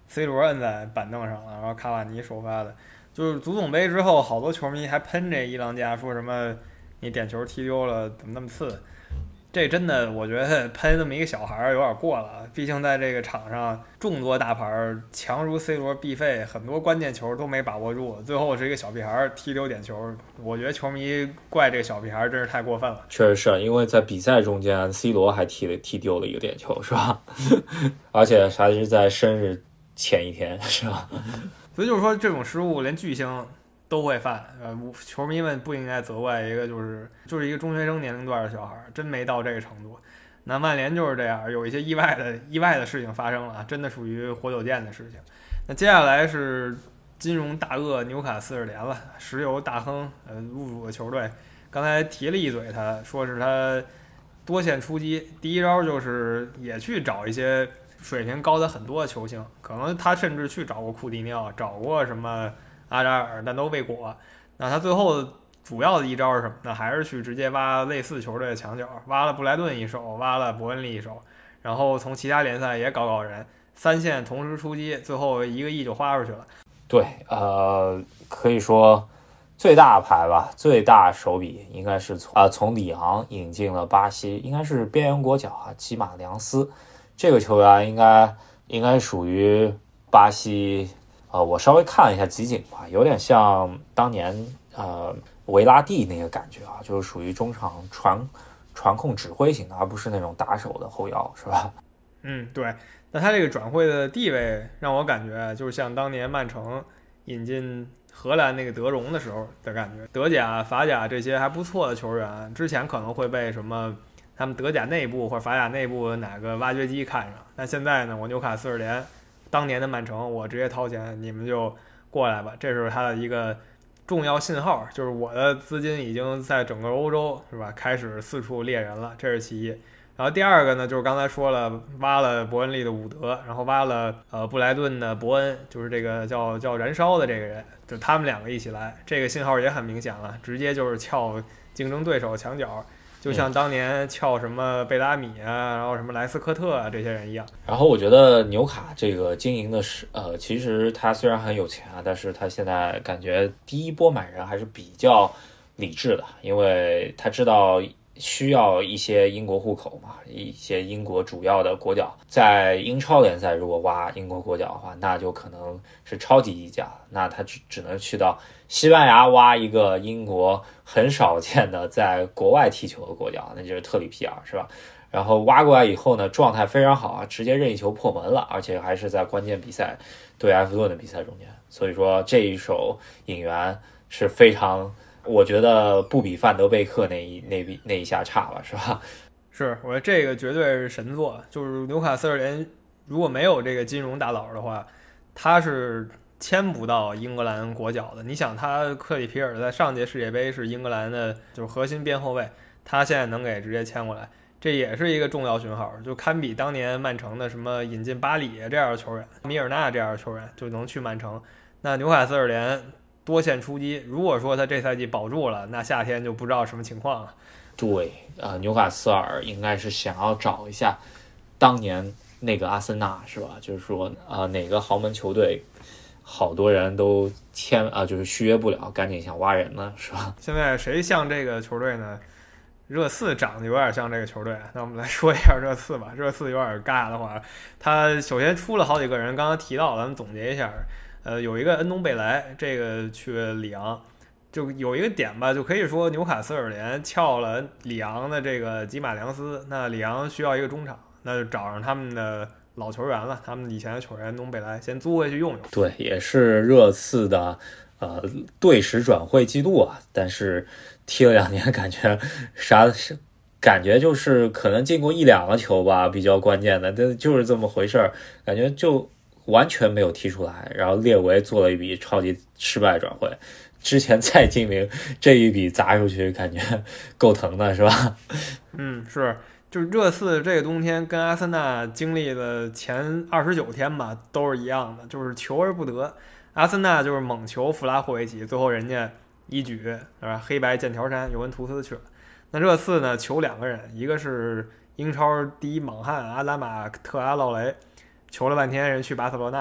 C 罗摁在板凳上了，然后卡瓦尼首发的。就是足总杯之后，好多球迷还喷这伊朗加，说什么你点球踢丢了怎么那么次。这真的，我觉得喷那么一个小孩有点过了。毕竟在这个场上，众多大牌强如 C 罗、毕费，很多关键球都没把握住，最后是一个小屁孩踢丢点球。我觉得球迷怪这个小屁孩真是太过分了。 确实是因为在比赛中间 ，C 罗还踢了踢丢了一个点球，是吧？而且还是在生日前一天，是吧？ 所以就是说，这种失误连巨星都会犯，呃，球迷们不应该责怪一个就是就是一个中学生年龄段的小孩，真没到这个程度。那曼联就是这样，有一些意外的意外的事情发生了，真的属于活久见的事情。那接下来是金融大鳄纽卡斯尔联了，石油大亨呃入主的球队。刚才提了一嘴他，说是他多线出击，第一招就是也去找一些水平高他很多的球星，可能他甚至去找过库蒂尼奥，找过什么阿扎尔，但都未果。那他最后主要的一招是什么呢？还是去直接挖类似球队的墙角，挖了布莱顿一手，挖了伯恩利一手，然后从其他联赛也搞搞人，三线同时出击，最后一个亿就花出去了。 对，呃，可以说最大牌吧，最大手笔应该是从啊、呃、从里昂引进了巴西，应该是边缘国脚啊基马良斯，这个球员应该应该属于巴西。呃，我稍微看了一下集锦吧，有点像当年呃维拉蒂那个感觉啊，就是属于中场传传控指挥型的，而不是那种打手的后腰，是吧？ 嗯，对。那他这个转会的地位让我感觉就是像当年曼城引进荷兰那个德容的时候的感觉，德甲、法甲这些还不错的球员，之前可能会被什么他们德甲内部或者法甲内部哪个挖掘机看上，但现在呢，我纽卡斯尔联当年的曼城，我直接掏钱，你们就过来吧，这是他的一个重要信号，就是我的资金已经在整个欧洲是吧开始四处猎人了，这是其一。然后第二个呢，就是刚才说了，挖了伯恩利的伍德，然后挖了呃布莱顿的伯恩，就是这个叫叫燃烧的这个人，就他们两个一起来，这个信号也很明显了，直接就是撬竞争对手墙角。就像当年撬什么贝拉米啊，然后什么莱斯科特啊这些人一样。 然后我觉得纽卡这个经营的是，呃，其实他虽然很有钱啊，但是他现在感觉第一波买人还是比较理智的，因为他知道需要一些英国户口嘛，一些英国主要的国脚，在英超联赛如果挖英国国脚的话，那就可能是超级溢价，那他只只能去到西班牙挖一个英国很少见的在国外踢球的国脚，那就是特里皮尔，是吧？然后挖过来以后呢，状态非常好啊，直接任意球破门了，而且还是在关键比赛对埃弗顿的比赛中间，所以说这一手引援是非常。我觉得不比范德贝克那一那那一下差吧，是吧？ 是，我觉得这个绝对是神作。就是纽卡斯尔联如果没有这个金融大佬的话，他是签不到英格兰国脚的。你想，他克里皮尔在上届世界杯是英格兰的就是核心边后卫，他现在能给直接签过来，这也是一个重要讯号，就堪比当年曼城的什么引进巴里这样的球员，米尔纳这样的球员就能去曼城。那纽卡斯尔联多线出击，如果说他这赛季保住了，那夏天就不知道什么情况了。 对，呃，纽卡斯尔应该是想要找一下当年那个阿森纳，是吧？就是说，呃，哪个豪门球队，好多人都签啊、呃，就是续约不了，赶紧想挖人呢，是吧？ 现在谁像这个球队呢？热刺长得有点像这个球队，那我们来说一下热刺吧。热刺有点尬的话，他首先出了好几个人，刚刚提到，咱们总结一下。呃，有一个恩东贝莱，这个去里昂，就有一个点吧，就可以说纽卡斯尔联撬了里昂的这个吉马良斯，那里昂需要一个中场，那就找上他们的老球员了，他们以前的球员恩东贝莱先租回去用用。 对，也是热刺的呃队史转会记录啊，但是踢了两年，感觉啥感觉就是可能进过一两个球吧，比较关键的，但就是这么回事儿，感觉就。完全没有踢出来，然后列维做了一笔超级失败转会，之前蔡敬明这一笔砸出去，感觉够疼的，是吧？ 嗯，是，就是热刺这个冬天跟阿森纳经历的前二十九天吧，都是一样的，就是求而不得。阿森纳就是猛求弗拉霍维奇，最后人家一举是吧，黑白剑条衫尤文图斯去了。那热刺呢，求两个人，一个是英超第一猛汉阿拉马特阿劳雷。求了半天人去巴塞罗那了，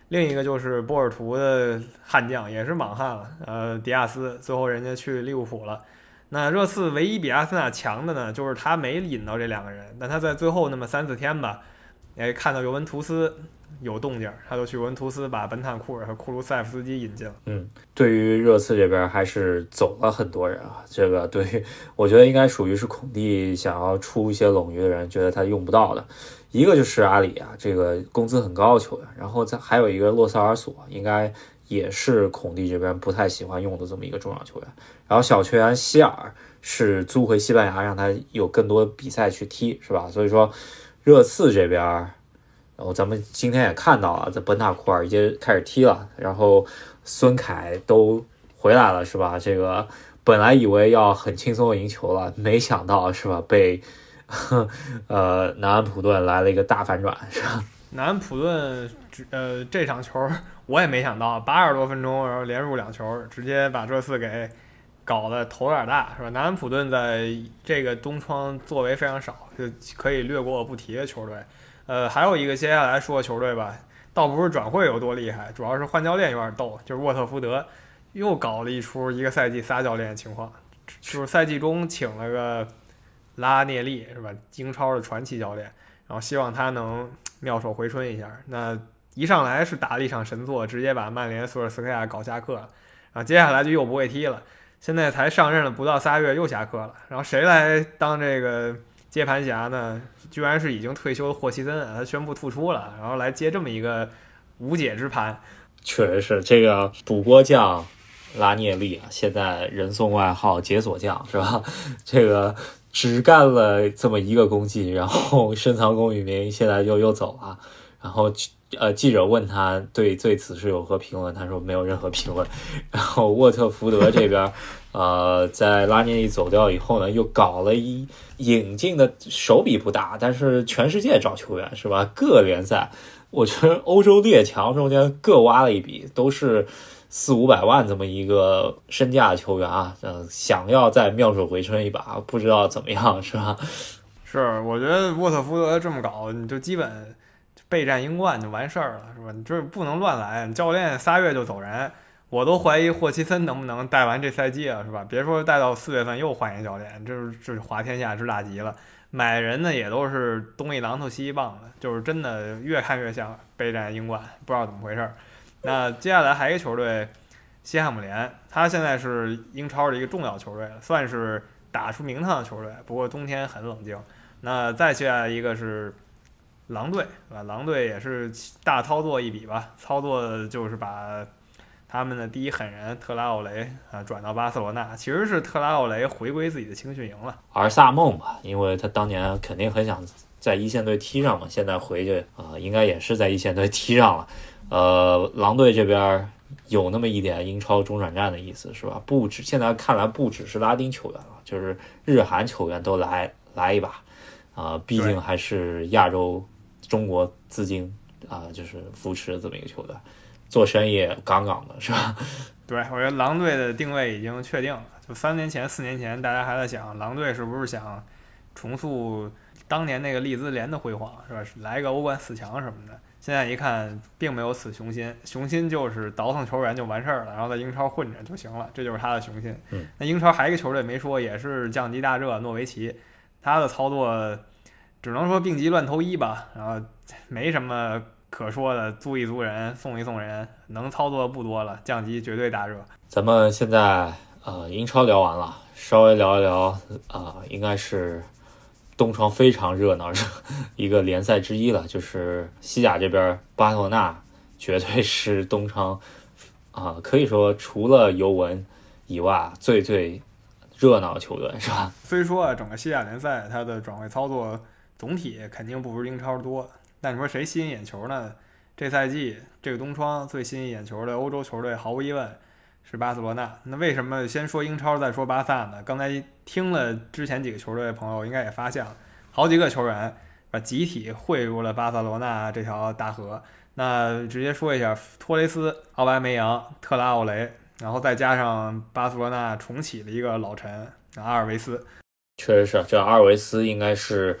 另一个就是波尔图的悍将，也是莽汉了，呃，迪亚斯，最后人家去利物浦了。那热刺唯一比阿森纳强的呢，就是他没引到这两个人，但他在最后那么三四天吧，哎，看到尤文图斯有动静，他就去尤文图斯把本坦库尔和库卢塞夫斯基引进了。 嗯，对于热刺这边还是走了很多人啊，这个对于我觉得应该属于是孔蒂想要出一些冗余的人，觉得他用不到的。一个就是阿里啊，这个工资很高的球员，然后再还有一个洛萨尔索，应该也是孔蒂这边不太喜欢用的这么一个重要球员。然后小球员希尔是租回西班牙，让他有更多比赛去踢，是吧？所以说热刺这边，然后咱们今天也看到了，这本塔库尔已经开始踢了，然后孙凯都回来了，是吧？这个本来以为要很轻松的赢球了，没想到是吧？被呃南安普顿来了一个大反转，是吧？ 南安普顿呃这场球我也没想到，八十多分钟然后连入两球，直接把热刺给搞得头有点大，是吧？南安普顿在这个东窗作为非常少，就可以略过不提的球队。呃，还有一个接下来说的球队吧，倒不是转会有多厉害，主要是换教练有点逗，就是沃特福德又搞了一出一个赛季仨教练的情况，就是赛季中请了个拉涅利，是吧？英超的传奇教练，然后希望他能妙手回春一下。那一上来是打了一场神作，直接把曼联索尔斯克亚搞下课了，然后接下来就又不会踢了。现在才上任了不到仨月又下课了，然后谁来当这个接盘侠呢？居然是已经退休的霍奇森，他宣布复出了，然后来接这么一个无解之盘。 确实是这个补锅匠拉涅利啊，现在人送外号解锁匠，是吧？这个只干了这么一个功绩，然后深藏功与名，现在就又走了。然后呃，记者问他对对此是有何评论，他说没有任何评论。然后沃特福德这边，呃，在拉涅利走掉以后呢，又搞了一引进的手笔不大，但是全世界找球员是吧？各联赛，我觉得欧洲列强中间各挖了一笔，都是四五百万这么一个身价的球员啊，呃，想要再妙手回春一把，不知道怎么样是吧？ 是，我觉得沃特福德这么搞，你就基本备战英冠就完事儿了，是吧？你这不能乱来，教练仨月就走人，我都怀疑霍奇森能不能带完这赛季了，是吧？别说带到四月份又换一个教练，这是这是滑天下之大吉了。买人呢也都是东一榔头西一棒的，就是真的越看越像备战英冠，不知道怎么回事。那接下来还有一个球队，西汉姆联，他现在是英超的一个重要球队，算是打出名堂的球队，不过冬天很冷静。那再接下来一个是狼队，对吧？狼队也是大操作一笔吧，操作就是把他们的第一狠人特拉奥雷啊转到巴塞罗那，其实是特拉奥雷回归自己的青训营了。 尔萨梦吧，因为他当年肯定很想在一线队踢上嘛，现在回去啊、呃，应该也是在一线队踢上了。呃，狼队这边有那么一点英超中转站的意思，是吧？不止现在看来不只是拉丁球员了，就是日韩球员都来来一把啊、呃，毕竟还是亚洲中国资金啊、呃，就是扶持这么一个球队，做生意杠杠的，是吧？ 对，我觉得狼队的定位已经确定了。就三年前、四年前，大家还在想狼队是不是想重塑当年那个利兹联的辉煌，是吧？来一个欧冠四强什么的。现在一看，并没有此雄心，雄心就是倒腾球员就完事儿了，然后在英超混着就行了，这就是他的雄心。 嗯， 那英超还有一个球队没说，也是降级大热诺维奇，他的操作只能说病急乱投医吧，然后没什么可说的，租一租人，送一送人，能操作不多了，降级绝对大热。 咱们现在呃英超聊完了，稍微聊一聊啊、呃，应该是东窗非常热闹一个联赛之一了，就是西甲这边巴塞罗那绝对是东窗啊、呃，可以说除了尤文以外最最热闹的球队，是吧？ 虽说啊，整个西甲联赛它的转会操作总体肯定不如英超多，但你说谁吸引眼球呢？这赛季这个冬窗最吸引眼球的欧洲球队，毫无疑问是巴塞罗那。那为什么先说英超再说巴萨呢？刚才听了之前几个球队的朋友应该也发现了，好几个球员把集体汇入了巴塞罗那这条大河。那直接说一下，托雷斯、奥巴梅扬、特拉奥雷，然后再加上巴塞罗那重启的一个老臣阿尔维斯。 确实是，这阿尔维斯应该是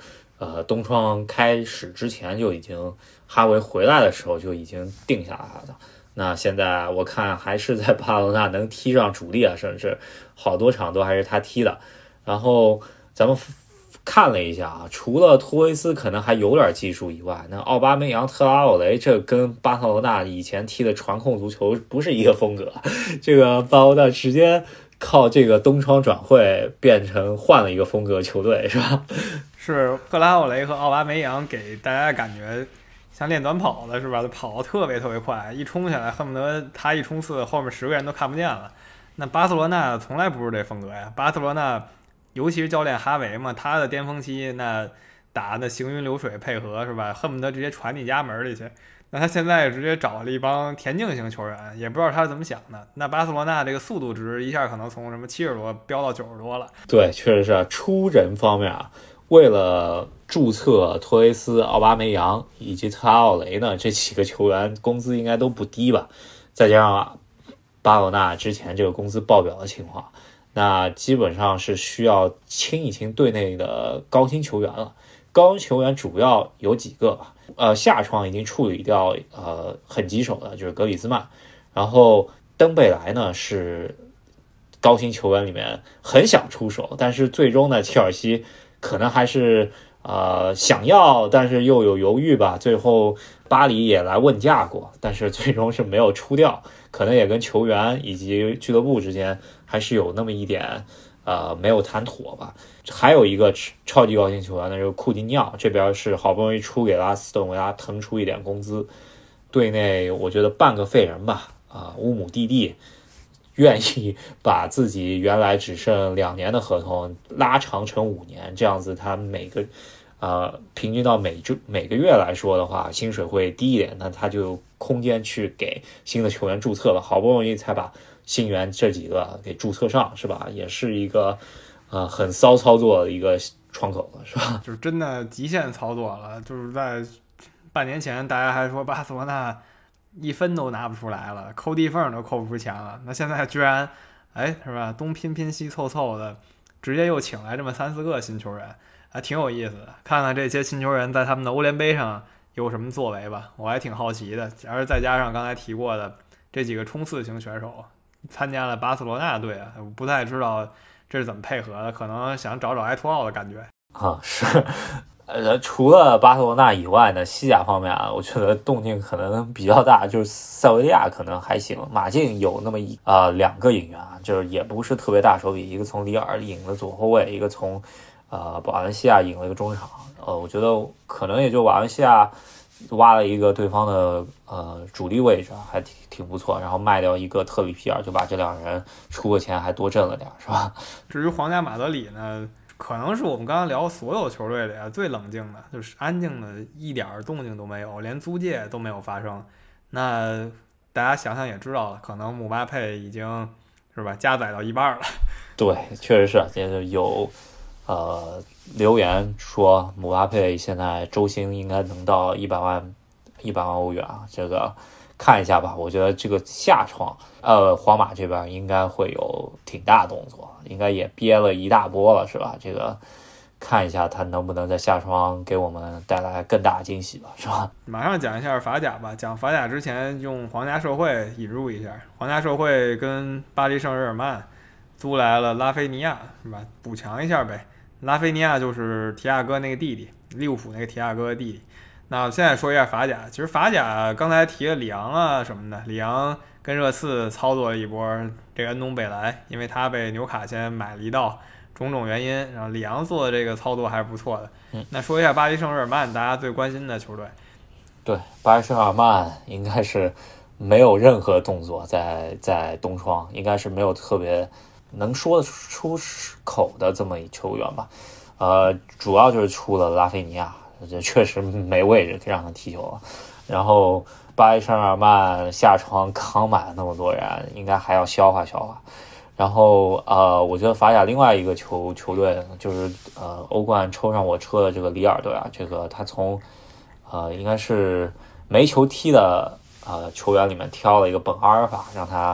呃冬窗开始之前就已经哈维回来的时候就已经定下来了的。那现在我看还是在巴塞罗那能踢上主力啊，甚至好多场都还是他踢的。然后咱们看了一下啊，除了托雷斯可能还有点技术以外，那奥巴梅扬、特拉奥雷这跟巴塞罗那以前踢的传控足球不是一个风格。这个巴塞罗那直接靠这个冬窗转会变成换了一个风格球队，是吧？ 是特拉奥雷和奥巴梅扬给大家感觉像练短跑的，是吧？跑得特别特别快，一冲下来恨不得他一冲刺后面十个人都看不见了。那巴塞罗那从来不是这风格呀，巴塞罗那尤其是教练哈维嘛，他的巅峰期那打的行云流水配合，是吧？恨不得直接传你家门里去。那他现在直接找了一帮田径型球员，也不知道他是怎么想的。那巴塞罗那这个速度值一下可能从什么七十多飙到九十多了。 对，确实是出人方面啊。为了注册托雷斯、奥巴梅扬以及特拉奥雷呢，这几个球员工资应该都不低吧？再加上巴塞罗那之前这个工资爆表的情况，那基本上是需要清一清队内的高薪球员了。高薪球员主要有几个吧，呃，夏窗已经处理掉，呃，很棘手的就是格里兹曼，然后登贝莱呢是高薪球员里面很想出手，但是最终呢，切尔西可能还是呃想要，但是又有犹豫吧。最后巴黎也来问价过，但是最终是没有出掉，可能也跟球员以及俱乐部之间还是有那么一点呃没有谈妥吧。还有一个超级高薪球员，那就是库蒂尼奥，这边是好不容易出给了阿斯顿维拉腾出一点工资，队内我觉得半个废人吧，啊、呃，乌姆蒂蒂愿意把自己原来只剩两年的合同拉长成五年，这样子他每个呃平均到每周每个月来说的话，薪水会低一点，那他就有空间去给新的球员注册了，好不容易才把新援这几个给注册上，是吧？也是一个呃很骚操作的一个窗口了，是吧？ 就是真的极限操作了，就是在半年前大家还说巴塞罗那一分都拿不出来了，抠地缝都抠不出钱了，那现在居然哎是吧，东拼拼西凑凑的，直接又请来这么三四个新球员，还挺有意思的。看看这些新球员在他们的欧联杯上有什么作为吧，我还挺好奇的。而再加上刚才提过的这几个冲刺型选手参加了巴塞罗那队啊，我不太知道这是怎么配合的，可能想找找埃托奥的感觉啊，是。呃，除了巴塞罗那以外呢，西甲方面啊，我觉得动静可能比较大，就是塞维利亚可能还行。马竞有那么一啊、呃、两个引援啊，就是也不是特别大手笔，一个从里尔引了左后卫，一个从呃瓦伦西亚引了一个中场。呃，我觉得可能也就瓦伦西亚挖了一个对方的呃主力位置，还挺挺不错。然后卖掉一个特里皮尔，就把这两人出个钱还多挣了点，是吧？ 至于皇家马德里呢？可能是我们刚刚聊所有球队里啊最冷静的，就是安静的，一点动静都没有，连租借都没有发生。那大家想想也知道了，可能姆巴佩已经是吧加载到一半了。 对，确实是，就是有呃留言说姆巴佩现在周薪应该能到一百万一百万欧元啊，这个看一下吧。我觉得这个下窗呃皇马这边应该会有挺大动作。应该也憋了一大波了，是吧？这个看一下他能不能在下窗给我们带来更大的惊喜吧，是吧？ 马上讲一下法甲吧。讲法甲之前用皇家社会引入一下，皇家社会跟巴黎圣日耳曼租来了拉菲尼亚，是吧？补强一下呗。拉菲尼亚就是提亚哥那个弟弟，利物浦那个提亚哥的弟弟。那现在说一下法甲，其实法甲刚才提了里昂啊什么的，里昂跟热刺操作了一波这个恩东贝莱，因为他被纽卡先买了一道，种种原因，然后里昂做的这个操作还是不错的。 嗯， 那说一下巴黎圣日耳曼，大家最关心的球队。 对，巴黎圣日耳曼应该是没有任何动作在在东窗，应该是没有特别能说得出口的这么一球员吧。呃，主要就是出了拉菲尼亚，这确实没位置让他踢球了。然后巴黎圣日耳曼下窗刚买了那么多人，应该还要消化消化。然后呃，我觉得法甲另外一个球球队就是呃欧冠抽上我车的这个里尔队啊，这个他从呃应该是没球踢的呃球员里面挑了一个本阿尔法，让他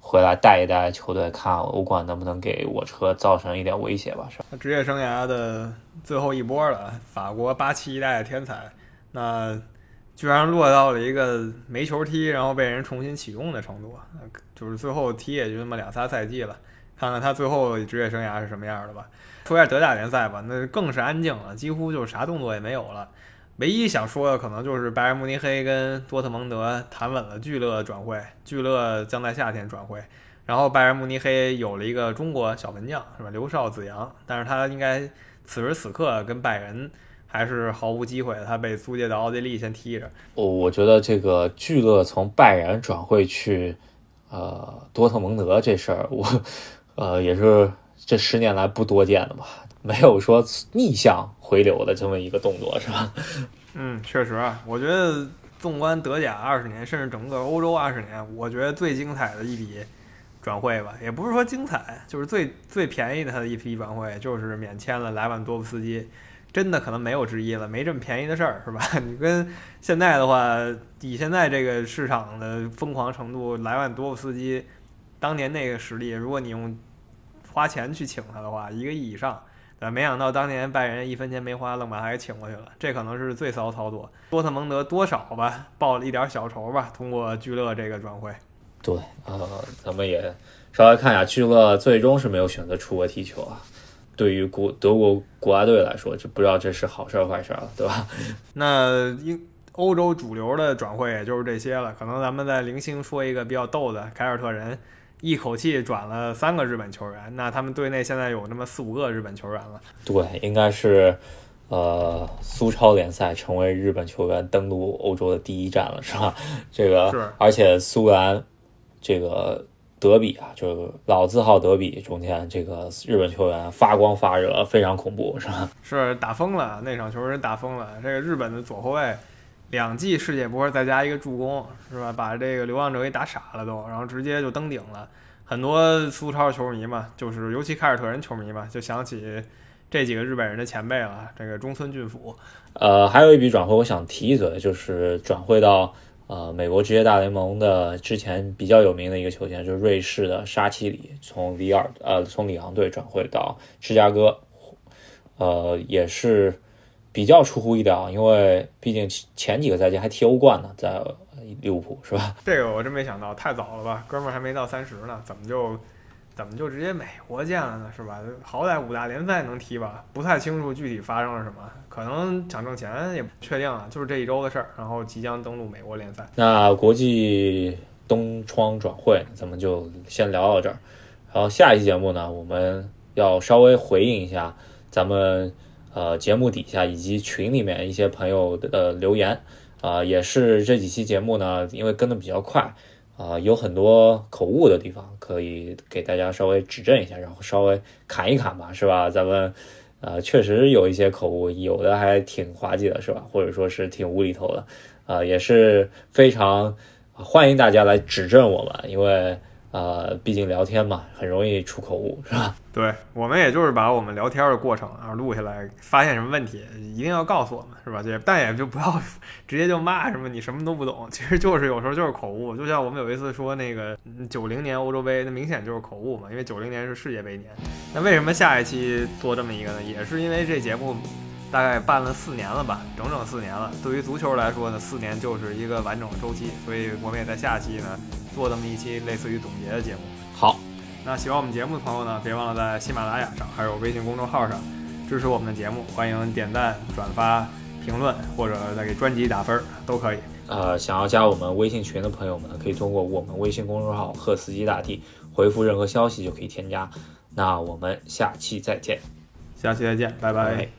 回来带一带球队，看欧冠能不能给我车造成一点威胁吧。是吧？ 他职业生涯的最后一波了，法国八七一代的天才，那居然落到了一个没球踢，然后被人重新启用的程度，就是最后踢也就那么两仨赛季了，看看他最后职业生涯是什么样的吧。说一下德甲联赛吧，那更是安静了，几乎就是啥动作也没有了。唯一想说的可能就是拜仁慕尼黑跟多特蒙德谈稳了聚乐转会，聚乐将在夏天转会，然后拜仁慕尼黑有了一个中国小门将是吧，刘少子阳，但是他应该此时此刻跟拜仁还是毫无机会，他被租借到奥地利先踢着。 我我觉得这个聚乐从拜仁转会去呃多特蒙德这事儿，我呃也是这十年来不多见的吧。没有说逆向回流的这么一个动作，是吧？ 嗯，确实啊，我觉得纵观德甲二十年，甚至整个欧洲二十年，我觉得最精彩的一笔转会吧，也不是说精彩，就是最最便宜的一批转会，就是免签了莱万多夫斯基，真的可能没有之一了，没这么便宜的事儿，是吧？你跟现在的话，以现在这个市场的疯狂程度，莱万多夫斯基当年那个实力，如果你用花钱去请他的话，一个亿以上。但没想到当年拜仁一分钱没花，愣把他给请过去了，这可能是最骚操作。多特蒙德多少吧，报了一点小仇吧，通过聚乐这个转会。 对，呃，咱们也稍微看一下，聚乐最终是没有选择出国踢球啊。对于国德国国家队来说，就不知道这是好事坏事了，对吧？ 那英欧洲主流的转会也就是这些了，可能咱们再零星说一个比较逗的，凯尔特人。一口气转了三个日本球员，那他们队内现在有那么四五个日本球员了。 对，应该是呃苏超联赛成为日本球员登陆欧洲的第一站了，是吧？这个是， 而且苏格兰这个德比啊，就是老字号德比中间，这个日本球员发光发热，非常恐怖，是吧？ 是打疯了，那场球人打疯了。这个日本的左后卫。两记世界波再加一个助攻，是吧？把这个流浪者给打傻了都，然后直接就登顶了。很多苏超球迷嘛，就是尤其凯尔特人球迷嘛，就想起这几个日本人的前辈了。这个中村俊辅， 呃，还有一笔转会我想提一嘴，就是转会到呃美国职业大联盟的之前比较有名的一个球员，就是瑞士的沙奇里，从里尔呃从里昂队转会到芝加哥，呃也是。比较出乎意料，因为毕竟前几个赛季还踢欧冠呢，在利物浦是吧？ 这个我真没想到，太早了吧？哥们儿还没到三十呢，怎么就怎么就直接美国见了呢？是吧？好歹五大联赛能踢吧？不太清楚具体发生了什么，可能想挣钱也不确定了，就是这一周的事儿。然后即将登陆美国联赛。 那国际东窗转会，咱们就先聊到这儿。然后下一期节目呢，我们要稍微回应一下咱们。呃，节目底下以及群里面一些朋友的留言，啊、呃，也是这几期节目呢，因为跟的比较快，啊、呃，有很多口误的地方，可以给大家稍微指正一下，然后稍微砍一砍吧，是吧？咱们呃确实有一些口误，有的还挺滑稽的，是吧？或者说是挺无厘头的，啊、呃，也是非常欢迎大家来指正我们，因为呃，毕竟聊天嘛，很容易出口误，是吧？ 对，我们也就是把我们聊天的过程啊录下来，发现什么问题一定要告诉我们，是吧？这但也就不要直接就骂什么你什么都不懂，其实就是有时候就是口误。就像我们有一次说那个九零年欧洲杯，那明显就是口误嘛，因为九零年是世界杯年。那为什么下一期做这么一个呢？也是因为这节目大概办了四年了吧，整整四年了。对于足球来说呢，四年就是一个完整的周期，所以我们也在下期呢做这么一期类似于总结的节目。 好。 那喜欢我们节目的朋友呢，别忘了在喜马拉雅上还有微信公众号上支持我们的节目，欢迎点赞、转发、评论，或者再给专辑打分都可以。 呃，想要加我们微信群的朋友们，可以通过我们微信公众号“赫斯基大帝”回复任何消息就可以添加。那我们下期再见， 下期再见，拜拜。 拜拜。